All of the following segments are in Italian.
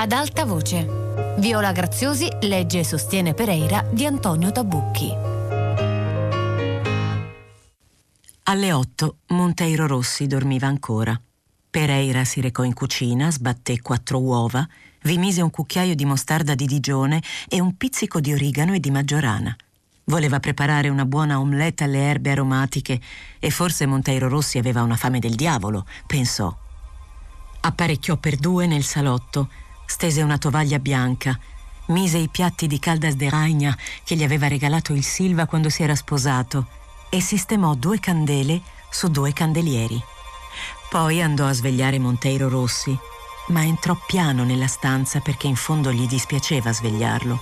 Ad alta voce. Viola Graziosi legge e sostiene Pereira di Antonio Tabucchi. Alle 8 Monteiro Rossi dormiva ancora. Pereira si recò in cucina, sbatté 4 uova, vi mise un cucchiaio di mostarda di Digione e un pizzico di origano e di maggiorana. Voleva preparare una buona omelette alle erbe aromatiche e forse Monteiro Rossi aveva una fame del diavolo, pensò. Apparecchiò per 2 nel salotto, stese una tovaglia bianca, mise i piatti di caldas de ragna che gli aveva regalato il Silva quando si era sposato e sistemò 2 candele su 2 candelieri. Poi andò a svegliare Monteiro Rossi, ma entrò piano nella stanza perché in fondo gli dispiaceva svegliarlo.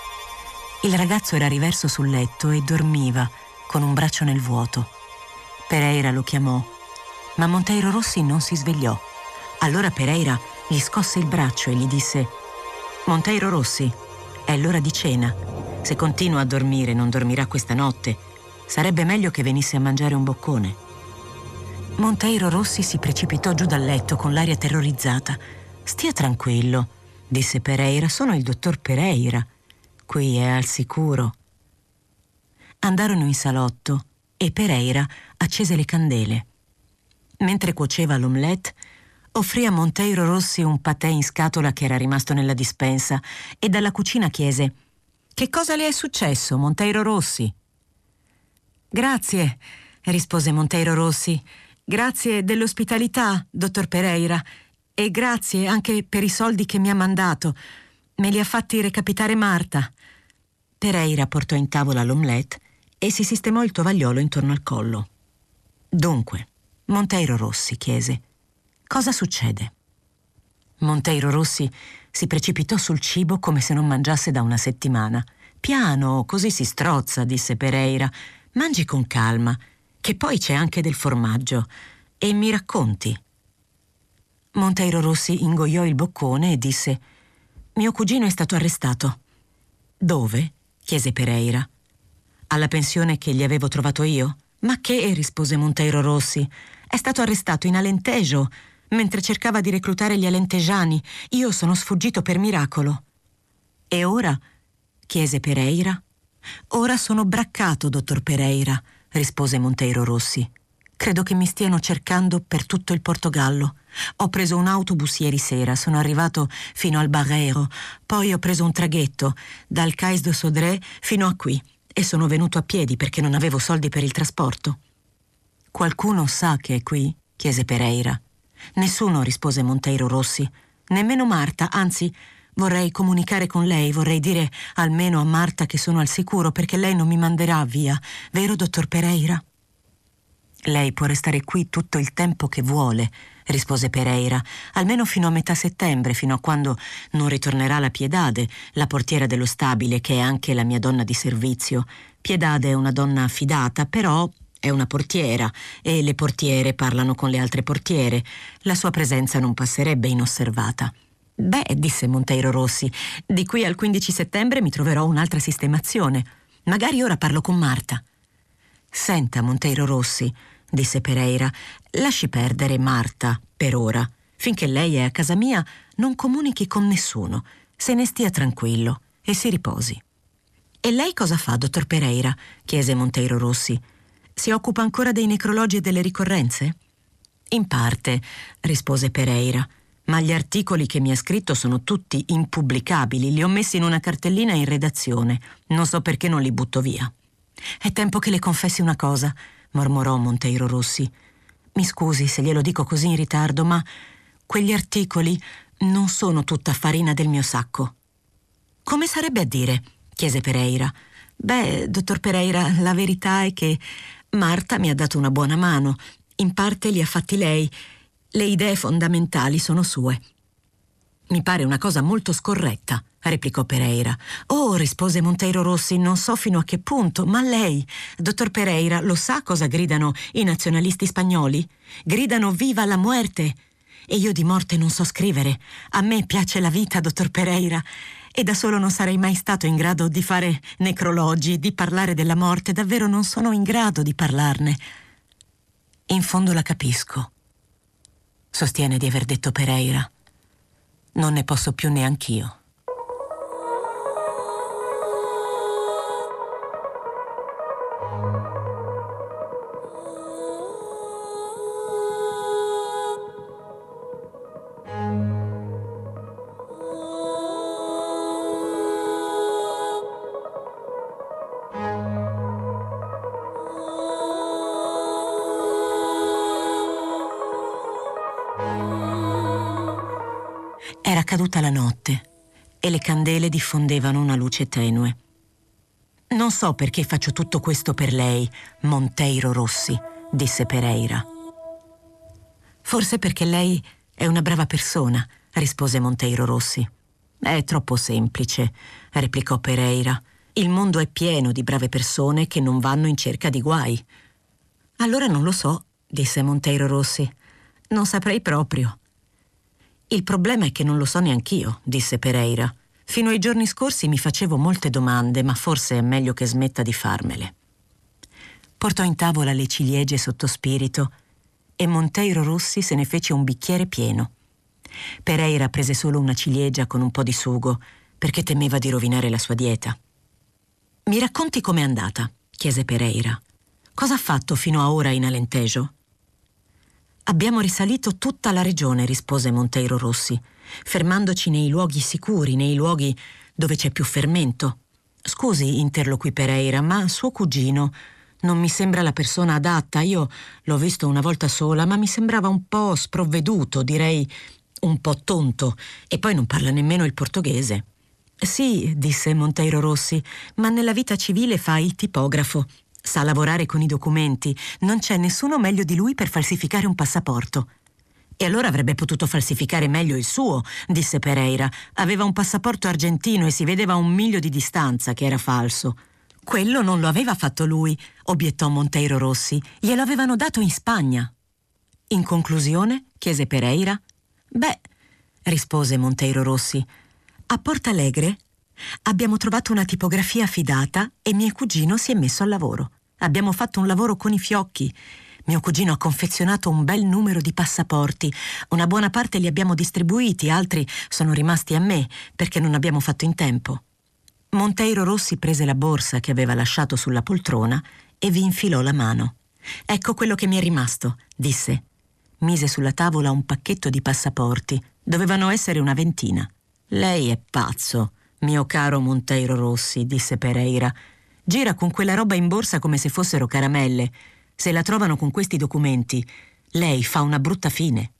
Il ragazzo era riverso sul letto e dormiva con un braccio nel vuoto. Pereira lo chiamò, ma Monteiro Rossi non si svegliò. Allora Pereira gli scosse il braccio e gli disse: «Monteiro Rossi, è l'ora di cena. Se continua a dormire non dormirà questa notte. Sarebbe meglio che venisse a mangiare un boccone». Monteiro Rossi si precipitò giù dal letto con l'aria terrorizzata. «Stia tranquillo», disse Pereira, «sono il dottor Pereira. Qui è al sicuro». Andarono in salotto e Pereira accese le candele. Mentre cuoceva l'omelette, offrì a Monteiro Rossi un patè in scatola che era rimasto nella dispensa e dalla cucina chiese: «Che cosa le è successo, Monteiro Rossi?» «Grazie», rispose Monteiro Rossi. «Grazie dell'ospitalità, dottor Pereira, e grazie anche per i soldi che mi ha mandato. Me li ha fatti recapitare Marta». Pereira portò in tavola l'omelette e si sistemò il tovagliolo intorno al collo. «Dunque», Monteiro Rossi chiese, «cosa succede?» Monteiro Rossi si precipitò sul cibo come se non mangiasse da una settimana. «Piano, così si strozza», disse Pereira. «Mangi con calma, che poi c'è anche del formaggio, e mi racconti». Monteiro Rossi ingoiò il boccone e disse: «Mio cugino è stato arrestato». «Dove?» chiese Pereira. «Alla pensione che gli avevo trovato io?» «Ma che?» rispose Monteiro Rossi. «È stato arrestato in Alentejo, mentre cercava di reclutare gli alentejani. Io sono sfuggito per miracolo». «E ora?» chiese Pereira. «Ora sono braccato, dottor Pereira», rispose Monteiro Rossi. «Credo che mi stiano cercando per tutto il Portogallo. Ho preso un autobus ieri sera, sono arrivato fino al Barreiro, poi ho preso un traghetto dal Cais de Sodré fino a qui e sono venuto a piedi perché non avevo soldi per il trasporto». «Qualcuno sa che è qui?» chiese Pereira. «Nessuno», rispose Monteiro Rossi. «Nemmeno Marta, anzi vorrei comunicare con lei, vorrei dire almeno a Marta che sono al sicuro perché lei non mi manderà via, vero dottor Pereira?» «Lei può restare qui tutto il tempo che vuole», rispose Pereira, «almeno fino a metà settembre, fino a quando non ritornerà la Piedade, la portiera dello stabile, che è anche la mia donna di servizio. Piedade è una donna affidata, però è una portiera e le portiere parlano con le altre portiere. La sua presenza non passerebbe inosservata». «Beh», disse Monteiro Rossi, «di qui al 15 settembre mi troverò un'altra sistemazione. Magari ora parlo con Marta». «Senta, Monteiro Rossi», disse Pereira, «lasci perdere Marta per ora. Finché lei è a casa mia non comunichi con nessuno. Se ne stia tranquillo e si riposi». «E lei cosa fa, dottor Pereira?» chiese Monteiro Rossi. «Si occupa ancora dei necrologi e delle ricorrenze?» «In parte», rispose Pereira, «ma gli articoli che mi ha scritto sono tutti impubblicabili. Li ho messi in una cartellina in redazione. Non so perché non li butto via». «È tempo che le confessi una cosa», mormorò Monteiro Rossi. «Mi scusi se glielo dico così in ritardo, ma quegli articoli non sono tutta farina del mio sacco». «Come sarebbe a dire?» chiese Pereira. «Beh, dottor Pereira, la verità è che Marta mi ha dato una buona mano. In parte li ha fatti lei. Le idee fondamentali sono sue». «Mi pare una cosa molto scorretta», replicò Pereira. «Oh», rispose Monteiro Rossi, «non so fino a che punto, ma lei, dottor Pereira, lo sa cosa gridano i nazionalisti spagnoli? Gridano viva la muerte! E io di morte non so scrivere. A me piace la vita, dottor Pereira, e da solo non sarei mai stato in grado di fare necrologi, di parlare della morte. Davvero non sono in grado di parlarne». «In fondo la capisco», sostiene di aver detto Pereira. Non ne posso più neanch'io. Era caduta la notte e le candele diffondevano una luce tenue. Non so perché faccio tutto questo per lei, Monteiro Rossi, disse Pereira. Forse perché lei è una brava persona, rispose Monteiro Rossi. È troppo semplice, replicò Pereira. Il mondo è pieno di brave persone che non vanno in cerca di guai. Allora non lo so, disse Monteiro Rossi. Non saprei proprio. Il problema è che non lo so neanch'io, disse Pereira. Fino ai giorni scorsi mi facevo molte domande, ma forse è meglio che smetta di farmele. Portò in tavola le ciliegie sotto spirito e Monteiro Rossi se ne fece un bicchiere pieno. Pereira prese solo una ciliegia con un po' di sugo, perché temeva di rovinare la sua dieta. «Mi racconti com'è andata?» chiese Pereira. «Cosa ha fatto fino a ora in Alentejo?» «Abbiamo risalito tutta la regione», rispose Monteiro Rossi, fermandoci nei luoghi sicuri, nei luoghi dove c'è più fermento. «Scusi», interloquì Pereira, «ma suo cugino non mi sembra la persona adatta. Io l'ho visto una volta sola, ma mi sembrava un po' sprovveduto, direi un po' tonto, e poi non parla nemmeno il portoghese». «Sì», disse Monteiro Rossi, «ma nella vita civile fa il tipografo. Sa lavorare con i documenti. Non c'è nessuno meglio di lui per falsificare un passaporto». «E allora avrebbe potuto falsificare meglio il suo», disse Pereira. «Aveva un passaporto argentino e si vedeva a 1 miglio di distanza che era falso». «Quello non lo aveva fatto lui», obiettò Monteiro Rossi. «Glielo avevano dato in Spagna». «In conclusione?» chiese Pereira. «Beh», rispose Monteiro Rossi, «a Portalegre abbiamo trovato una tipografia affidata e mio cugino si è messo al lavoro. Abbiamo fatto un lavoro con i fiocchi. Mio cugino ha confezionato un bel numero di passaporti. Una buona parte li abbiamo distribuiti, altri sono rimasti a me perché non abbiamo fatto in tempo». Monteiro Rossi prese la borsa che aveva lasciato sulla poltrona e vi infilò la mano. «Ecco quello che mi è rimasto», disse. Mise sulla tavola un pacchetto di passaporti. Dovevano essere una 20. «Lei è pazzo, mio caro Monteiro Rossi», disse Pereira. «Gira con quella roba in borsa come se fossero caramelle. Se la trovano con questi documenti, lei fa una brutta fine».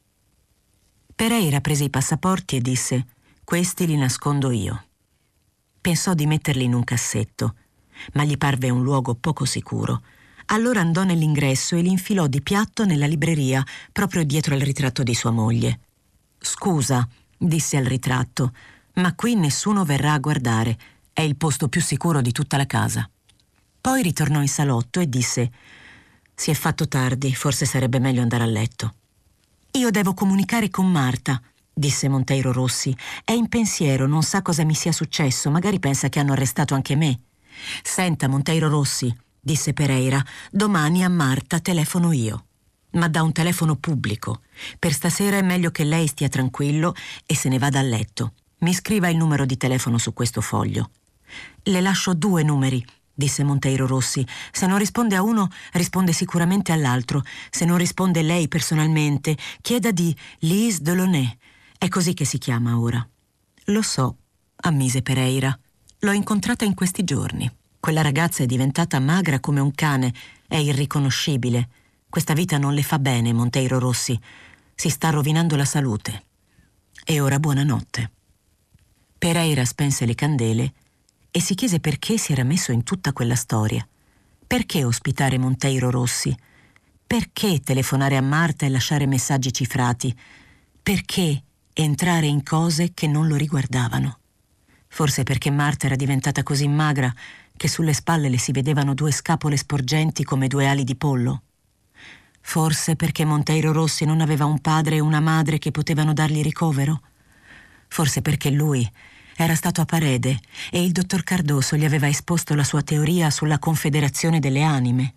Pereira prese i passaporti e disse: «Questi li nascondo io». Pensò di metterli in un cassetto, ma gli parve un luogo poco sicuro. Allora andò nell'ingresso e li infilò di piatto nella libreria, proprio dietro al ritratto di sua moglie. «Scusa», disse al ritratto, «ma qui nessuno verrà a guardare. È il posto più sicuro di tutta la casa». Poi ritornò in salotto e disse: «Si è fatto tardi, forse sarebbe meglio andare a letto». «Io devo comunicare con Marta», disse Monteiro Rossi. «È in pensiero, non sa cosa mi sia successo, magari pensa che hanno arrestato anche me». «Senta, Monteiro Rossi», disse Pereira, «domani a Marta telefono io, ma da un telefono pubblico. Per stasera è meglio che lei stia tranquillo e se ne vada a letto. Mi scriva il numero di telefono su questo foglio». «Le lascio 2 numeri», disse Monteiro Rossi. «Se non risponde a uno, risponde sicuramente all'altro. Se non risponde lei personalmente, chieda di Lise Delaunay. È così che si chiama ora». «Lo so», ammise Pereira. «L'ho incontrata in questi giorni. Quella ragazza è diventata magra come un cane, è irriconoscibile. Questa vita non le fa bene, Monteiro Rossi. Si sta rovinando la salute. E ora buonanotte». Pereira spense le candele e si chiese perché si era messo in tutta quella storia. Perché ospitare Monteiro Rossi? Perché telefonare a Marta e lasciare messaggi cifrati? Perché entrare in cose che non lo riguardavano? Forse perché Marta era diventata così magra che sulle spalle le si vedevano 2 scapole sporgenti come 2 ali di pollo? Forse perché Monteiro Rossi non aveva un padre e una madre che potevano dargli ricovero? Forse perché lui era stato a Parede e il dottor Cardoso gli aveva esposto la sua teoria sulla confederazione delle anime.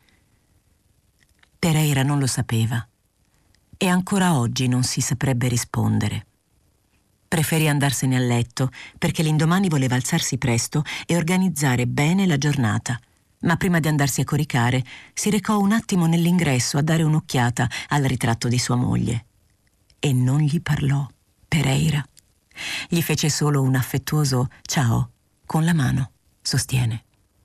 Pereira non lo sapeva e ancora oggi non si saprebbe rispondere. Preferì andarsene a letto perché l'indomani voleva alzarsi presto e organizzare bene la giornata. Ma prima di andarsi a coricare si recò un attimo nell'ingresso a dare un'occhiata al ritratto di sua moglie. E non gli parlò Pereira. Gli fece solo un affettuoso ciao con la mano, sostiene.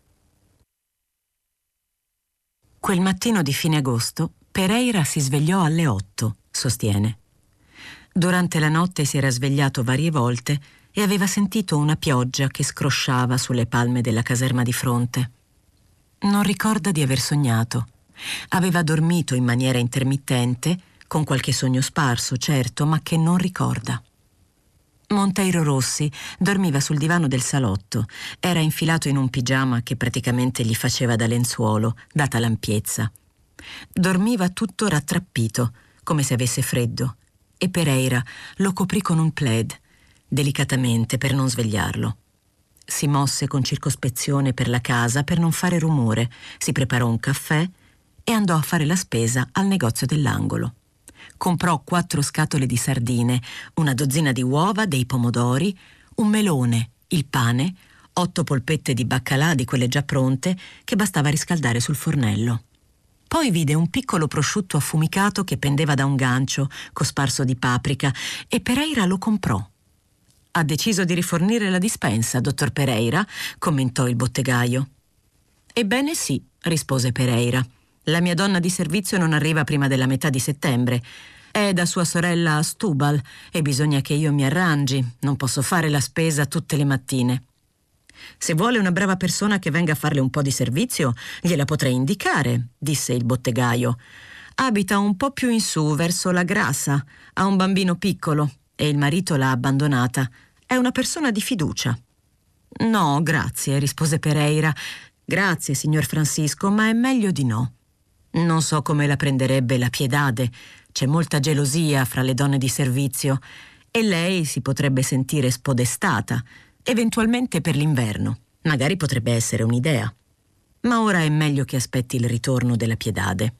Quel mattino di fine agosto Pereira si svegliò alle 8, sostiene. Durante la notte si era svegliato varie volte e aveva sentito una pioggia che scrosciava sulle palme della caserma di fronte. Non ricorda di aver sognato. Aveva dormito in maniera intermittente, con qualche sogno sparso, certo, ma che non ricorda. Monteiro Rossi dormiva sul divano del salotto. Era infilato in un pigiama che praticamente gli faceva da lenzuolo, data l'ampiezza. Dormiva tutto rattrappito, come se avesse freddo, e Pereira lo coprì con un plaid, delicatamente per non svegliarlo. Si mosse con circospezione per la casa per non fare rumore, si preparò un caffè e andò a fare la spesa al negozio dell'angolo. Comprò 4 scatole di sardine, una dozzina di uova, dei pomodori, un melone, il pane, 8 polpette di baccalà di quelle già pronte che bastava riscaldare sul fornello. Poi vide un piccolo prosciutto affumicato che pendeva da un gancio, cosparso di paprika, e Pereira lo comprò. «Ha deciso di rifornire la dispensa, dottor Pereira?» commentò il bottegaio. «Ebbene sì», rispose Pereira. «La mia donna di servizio non arriva prima della metà di settembre. È da sua sorella a Stubal e bisogna che io mi arrangi. Non posso fare la spesa tutte le mattine». «Se vuole una brava persona che venga a farle un po' di servizio, gliela potrei indicare», disse il bottegaio. «Abita un po' più in su, verso la Grassa, ha un bambino piccolo e il marito l'ha abbandonata. È una persona di fiducia». «No, grazie», rispose Pereira. «Grazie, signor Francisco, ma è meglio di no. Non so come la prenderebbe la Piedade. C'è molta gelosia fra le donne di servizio e lei si potrebbe sentire spodestata, eventualmente per l'inverno. Magari potrebbe essere un'idea. Ma ora è meglio che aspetti il ritorno della Piedade».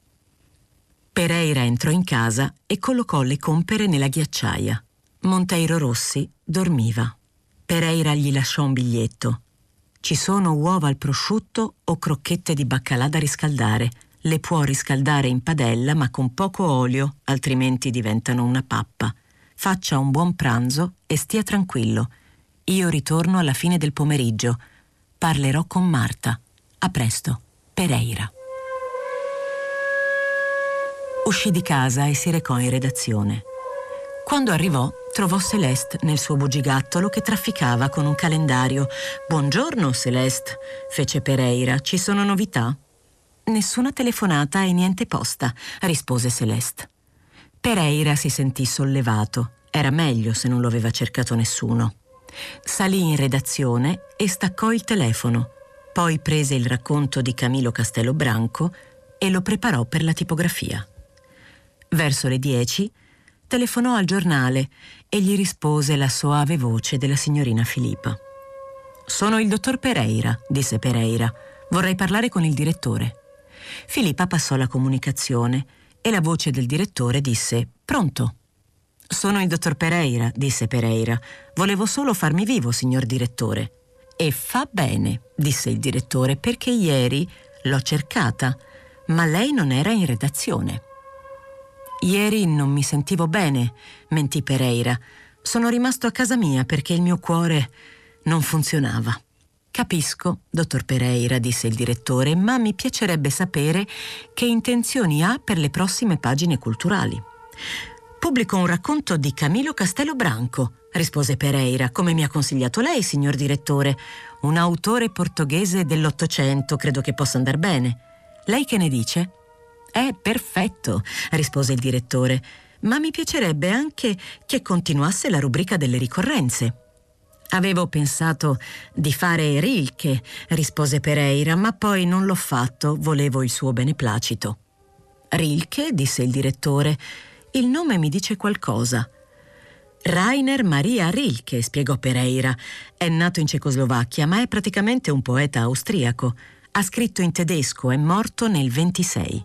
Pereira entrò in casa e collocò le compere nella ghiacciaia. Monteiro Rossi dormiva. Pereira gli lasciò un biglietto. «Ci sono uova al prosciutto o crocchette di baccalà da riscaldare. Le può riscaldare in padella ma con poco olio, altrimenti diventano una pappa. Faccia un buon pranzo e stia tranquillo. Io ritorno alla fine del pomeriggio. Parlerò con Marta. A presto. Pereira». Uscì di casa e si recò in redazione. Quando arrivò, trovò Celeste nel suo bugigattolo che trafficava con un calendario. «Buongiorno, Celeste», fece Pereira. «Ci sono novità?» «Nessuna telefonata e niente posta», rispose Celeste. Pereira si sentì sollevato. Era meglio se non lo aveva cercato nessuno. Salì in redazione e staccò il telefono. Poi prese il racconto di Camilo Castelobranco e lo preparò per la tipografia. Verso le 10 telefonò al giornale e gli rispose la soave voce della signorina Filippa. «Sono il dottor Pereira», disse Pereira. «Vorrei parlare con il direttore». Filippa passò la comunicazione e la voce del direttore disse: «Pronto?» «Sono il dottor Pereira», disse Pereira. «Volevo solo farmi vivo, signor direttore». «E fa bene», disse il direttore, «perché ieri l'ho cercata, ma lei non era in redazione». «Ieri non mi sentivo bene», mentì Pereira. «Sono rimasto a casa mia perché il mio cuore non funzionava». «Capisco, dottor Pereira», disse il direttore, «ma mi piacerebbe sapere che intenzioni ha per le prossime pagine culturali». «Pubblico un racconto di Camilo Castelobranco», rispose Pereira, «come mi ha consigliato lei, signor direttore. Un autore portoghese dell'800, credo che possa andar bene. Lei che ne dice?» «Perfetto», rispose il direttore, «ma mi piacerebbe anche che continuasse la rubrica delle ricorrenze». «Avevo pensato di fare Rilke», rispose Pereira, «ma poi non l'ho fatto, volevo il suo beneplacito». «Rilke?» disse il direttore. «Il nome mi dice qualcosa». «Rainer Maria Rilke», spiegò Pereira. «È nato in Cecoslovacchia, ma è praticamente un poeta austriaco. Ha scritto in tedesco, è morto nel 26.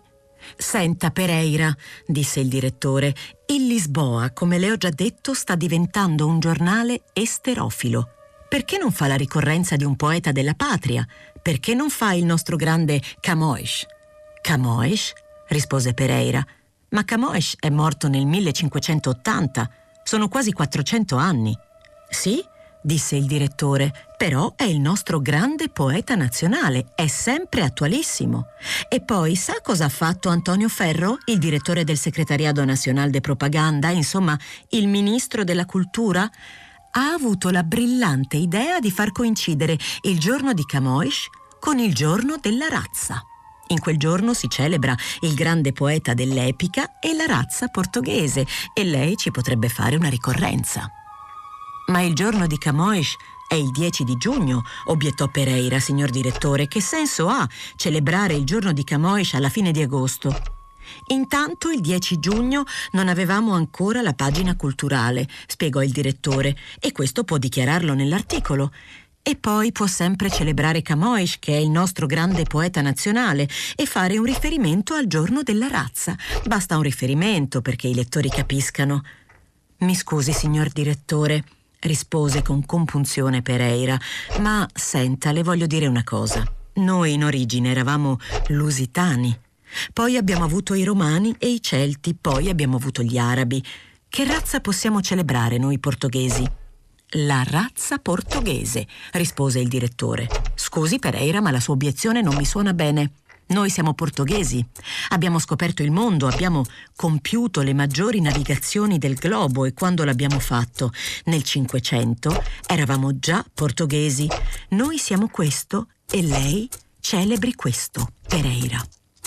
Senta, Pereira, disse il direttore, il Lisboa, come le ho già detto, sta diventando un giornale esterofilo. Perché non fa la ricorrenza di un poeta della patria? Perché non fa il nostro grande Camões? Camões? Rispose Pereira. Ma Camões è morto nel 1580. Sono quasi 400 anni. Sì, disse il direttore, però è il nostro grande poeta nazionale, è sempre attualissimo. E poi sa cosa ha fatto Antonio Ferro, il direttore del Secretariado Nacional de Propaganda, insomma, il ministro della cultura? Ha avuto la brillante idea di far coincidere il giorno di Camões con il giorno della razza. In quel giorno si celebra il grande poeta dell'epica e la razza portoghese, e lei ci potrebbe fare una ricorrenza. Ma il giorno di Camões è il 10 di giugno, obiettò Pereira, signor direttore. Che senso ha celebrare il giorno di Camões alla fine di agosto? Intanto il 10 giugno non avevamo ancora la pagina culturale, spiegò il direttore, e questo può dichiararlo nell'articolo. E poi può sempre celebrare Camões, che è il nostro grande poeta nazionale, e fare un riferimento al giorno della razza. Basta un riferimento perché i lettori capiscano. Mi scusi, signor direttore, rispose con compunzione Pereira, ma senta, le voglio dire una cosa. Noi in origine eravamo lusitani, poi abbiamo avuto i romani e i celti, poi abbiamo avuto gli arabi. Che razza possiamo celebrare noi portoghesi? La razza portoghese, rispose il direttore. Scusi Pereira, ma la sua obiezione non mi suona bene. Noi siamo portoghesi, abbiamo scoperto il mondo, abbiamo compiuto le maggiori navigazioni del globo, e quando l'abbiamo fatto, nel Cinquecento, eravamo già portoghesi. Noi siamo questo e lei celebri questo, Pereira.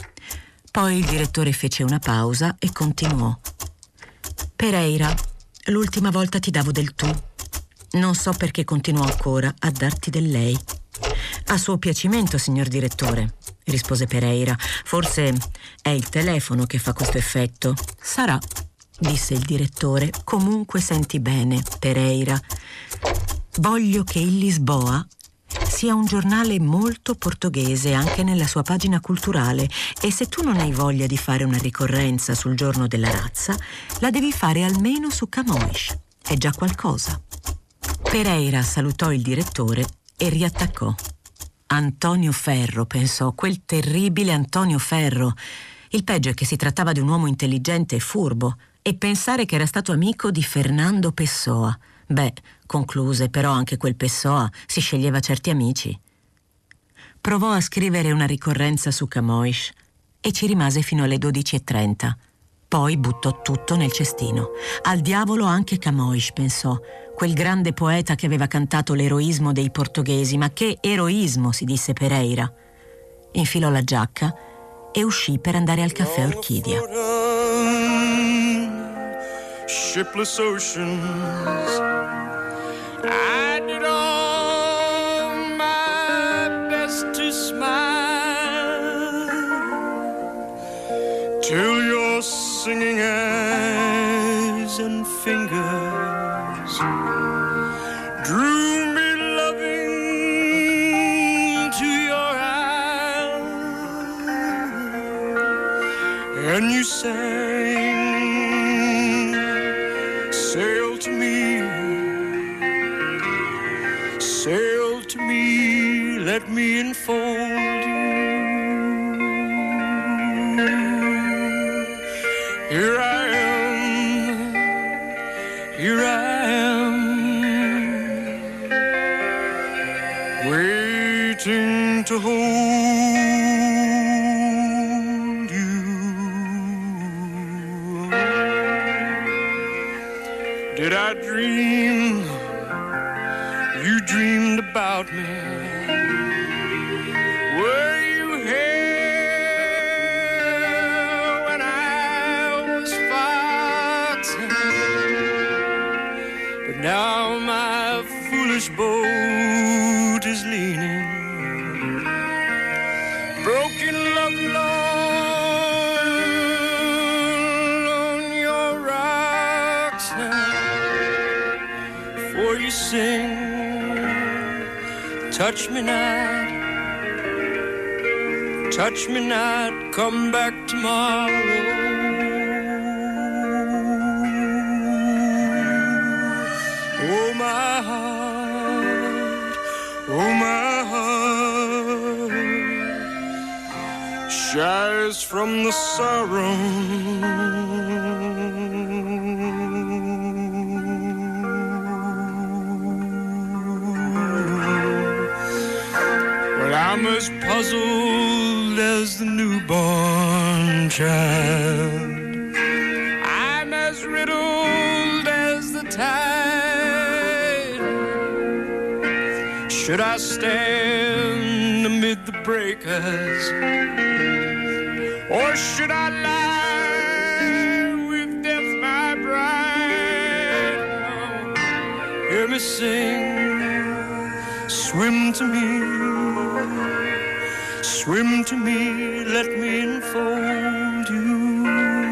Poi il direttore fece una pausa e continuò. Pereira, l'ultima volta ti davo del tu. Non so perché continuo ancora a darti del lei. A suo piacimento, signor direttore, rispose Pereira. Forse è il telefono che fa questo effetto. Sarà, disse il direttore. Comunque senti bene, Pereira. Voglio che il Lisboa sia un giornale molto portoghese anche nella sua pagina culturale, e se tu non hai voglia di fare una ricorrenza sul giorno della razza, la devi fare almeno su Camões. È già qualcosa. Pereira salutò il direttore e riattaccò. Antonio Ferro, pensò, quel terribile Antonio Ferro. Il peggio è che si trattava di un uomo intelligente e furbo, e pensare che era stato amico di Fernando Pessoa. Beh, concluse, però anche quel Pessoa si sceglieva certi amici. Provò a scrivere una ricorrenza su Camões e ci rimase fino alle 12:30. Poi buttò tutto nel cestino. Al diavolo anche Camões, pensò, quel grande poeta che aveva cantato l'eroismo dei portoghesi. Ma che eroismo, si disse Pereira. Infilò la giacca e uscì per andare al caffè Orchidia. Shipless oceans, I did all my best to smile till your singing eyes and fingers drew me loving to your isle, and you sang, sail to me, let me enfold you. Here I am, waiting to hold you. Did I dream you dreamed about me? Were you here when I was fighting? But now my foolish boat is leaning, broken love on your rocks now. For you sing, touch me not, touch me not, come back tomorrow. Oh my heart, oh my heart, shies from the sorrow. But I'm as puzzled as the newborn child. I'm as riddled as the tide. Should I stand amid the breakers, or should I lie with death my bride? Hear me sing, swim to me, swim to me, let me enfold you.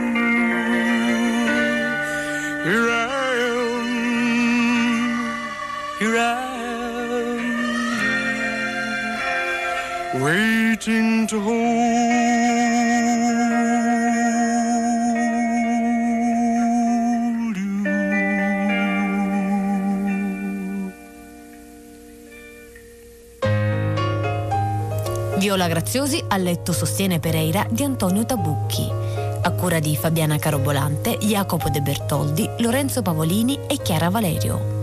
Here I am, here I am, waiting to hold you. Viola Graziosi a letto sostiene Pereira di Antonio Tabucchi, a cura di Fabiana Carobolante, Jacopo De Bertoldi, Lorenzo Pavolini e Chiara Valerio.